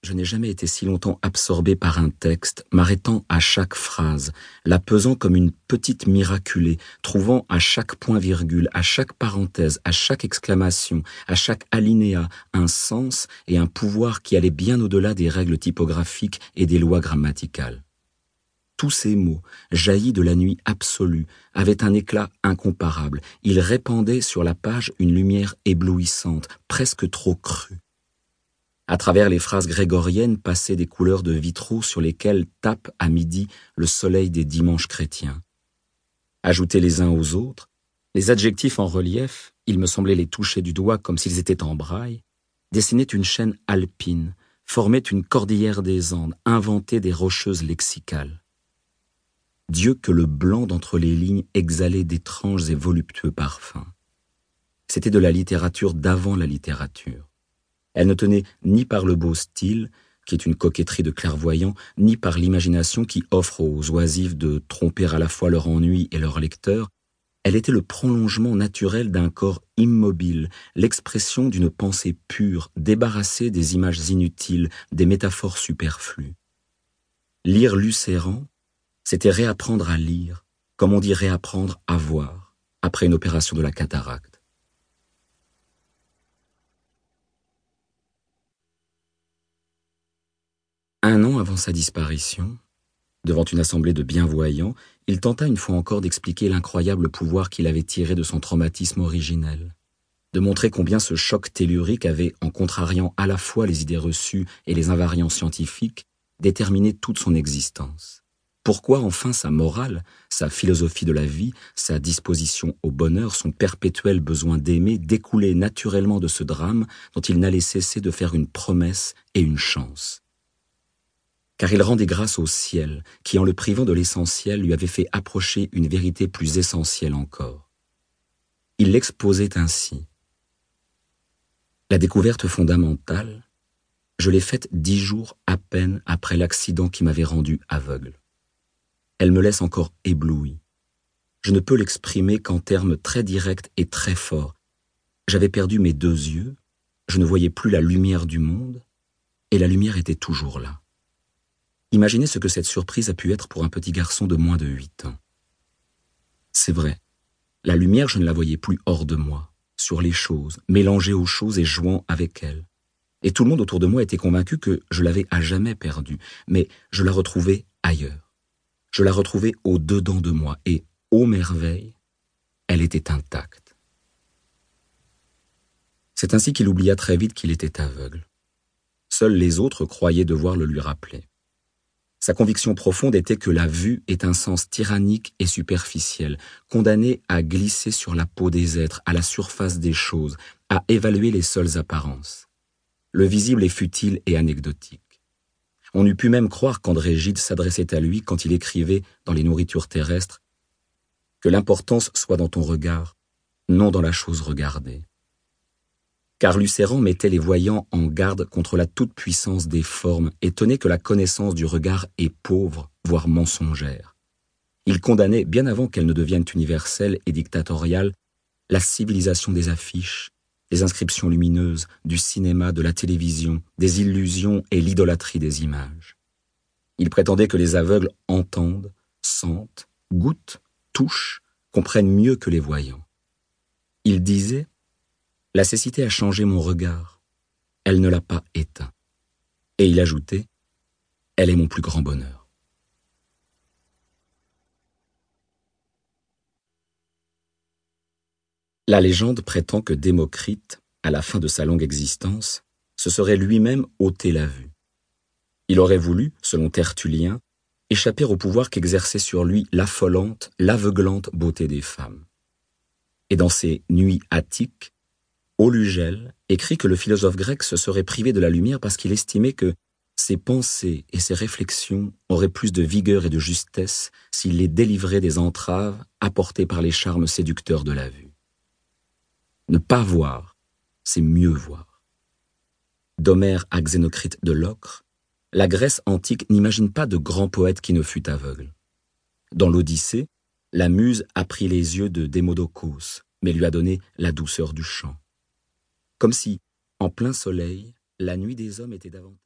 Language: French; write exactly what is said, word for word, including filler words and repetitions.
Je n'ai jamais été si longtemps absorbé par un texte, m'arrêtant à chaque phrase, la pesant comme une petite miraculée, trouvant à chaque point-virgule, à chaque parenthèse, à chaque exclamation, à chaque alinéa, un sens et un pouvoir qui allaient bien au-delà des règles typographiques et des lois grammaticales. Tous ces mots, jaillis de la nuit absolue, avaient un éclat incomparable. Ils répandaient sur la page une lumière éblouissante, presque trop crue. À travers les phrases grégoriennes passaient des couleurs de vitraux sur lesquels tape à midi le soleil des dimanches chrétiens. Ajoutés les uns aux autres, les adjectifs en relief, il me semblait les toucher du doigt comme s'ils étaient en braille, dessinaient une chaîne alpine, formaient une cordillère des Andes, inventaient des rocheuses lexicales. Dieu que le blanc d'entre les lignes exhalait d'étranges et voluptueux parfums. C'était de la littérature d'avant la littérature. Elle ne tenait ni par le beau style, qui est une coquetterie de clairvoyants, ni par l'imagination qui offre aux oisifs de tromper à la fois leur ennui et leur lecteur. Elle était le prolongement naturel d'un corps immobile, l'expression d'une pensée pure, débarrassée des images inutiles, des métaphores superflues. Lire Lucéran, c'était réapprendre à lire, comme on dit réapprendre à voir, après une opération de la cataracte. Un an avant sa disparition, devant une assemblée de bienvoyants, il tenta une fois encore d'expliquer l'incroyable pouvoir qu'il avait tiré de son traumatisme originel, de montrer combien ce choc tellurique avait, en contrariant à la fois les idées reçues et les invariants scientifiques, déterminé toute son existence. Pourquoi enfin sa morale, sa philosophie de la vie, sa disposition au bonheur, son perpétuel besoin d'aimer découlaient naturellement de ce drame dont il n'allait cesser de faire une promesse et une chance. Car il rendait grâce au ciel, qui en le privant de l'essentiel lui avait fait approcher une vérité plus essentielle encore. Il l'exposait ainsi. La découverte fondamentale, je l'ai faite dix jours à peine après l'accident qui m'avait rendu aveugle. Elle me laisse encore ébloui. Je ne peux l'exprimer qu'en termes très directs et très forts. J'avais perdu mes deux yeux, je ne voyais plus la lumière du monde, et la lumière était toujours là. Imaginez ce que cette surprise a pu être pour un petit garçon de moins de huit ans. C'est vrai, la lumière je ne la voyais plus hors de moi, sur les choses, mélangée aux choses et jouant avec elles. Et tout le monde autour de moi était convaincu que je l'avais à jamais perdue, mais je la retrouvais ailleurs. Je la retrouvais au-dedans de moi et, ô merveille, elle était intacte. C'est ainsi qu'il oublia très vite qu'il était aveugle. Seuls les autres croyaient devoir le lui rappeler. Sa conviction profonde était que la vue est un sens tyrannique et superficiel, condamné à glisser sur la peau des êtres, à la surface des choses, à évaluer les seules apparences. Le visible est futile et anecdotique. On eût pu même croire qu'André Gide s'adressait à lui quand il écrivait dans les nourritures terrestres que l'importance soit dans ton regard, non dans la chose regardée. Car Lucéran mettait les voyants en garde contre la toute-puissance des formes et tenait que la connaissance du regard est pauvre, voire mensongère. Il condamnait, bien avant qu'elle ne devienne universelle et dictatoriale, la civilisation des affiches, des inscriptions lumineuses, du cinéma, de la télévision, des illusions et l'idolâtrie des images. Il prétendait que les aveugles entendent, sentent, goûtent, touchent, comprennent mieux que les voyants. Il disait: la cécité a changé mon regard, elle ne l'a pas éteint. Et il ajoutait, elle est mon plus grand bonheur. La légende prétend que Démocrite, à la fin de sa longue existence, se serait lui-même ôté la vue. Il aurait voulu, selon Tertullien, échapper au pouvoir qu'exerçait sur lui l'affolante, l'aveuglante beauté des femmes. Et dans ses Nuits attiques, Aulugel écrit que le philosophe grec se serait privé de la lumière parce qu'il estimait que ses pensées et ses réflexions auraient plus de vigueur et de justesse s'il les délivrait des entraves apportées par les charmes séducteurs de la vue. Ne pas voir, c'est mieux voir. D'Homère à Xénocrite de Locre, la Grèce antique n'imagine pas de grand poète qui ne fût aveugle. Dans l'Odyssée, la muse a pris les yeux de Démodocos, mais lui a donné la douceur du chant. Comme si, en plein soleil, la nuit des hommes était davantage...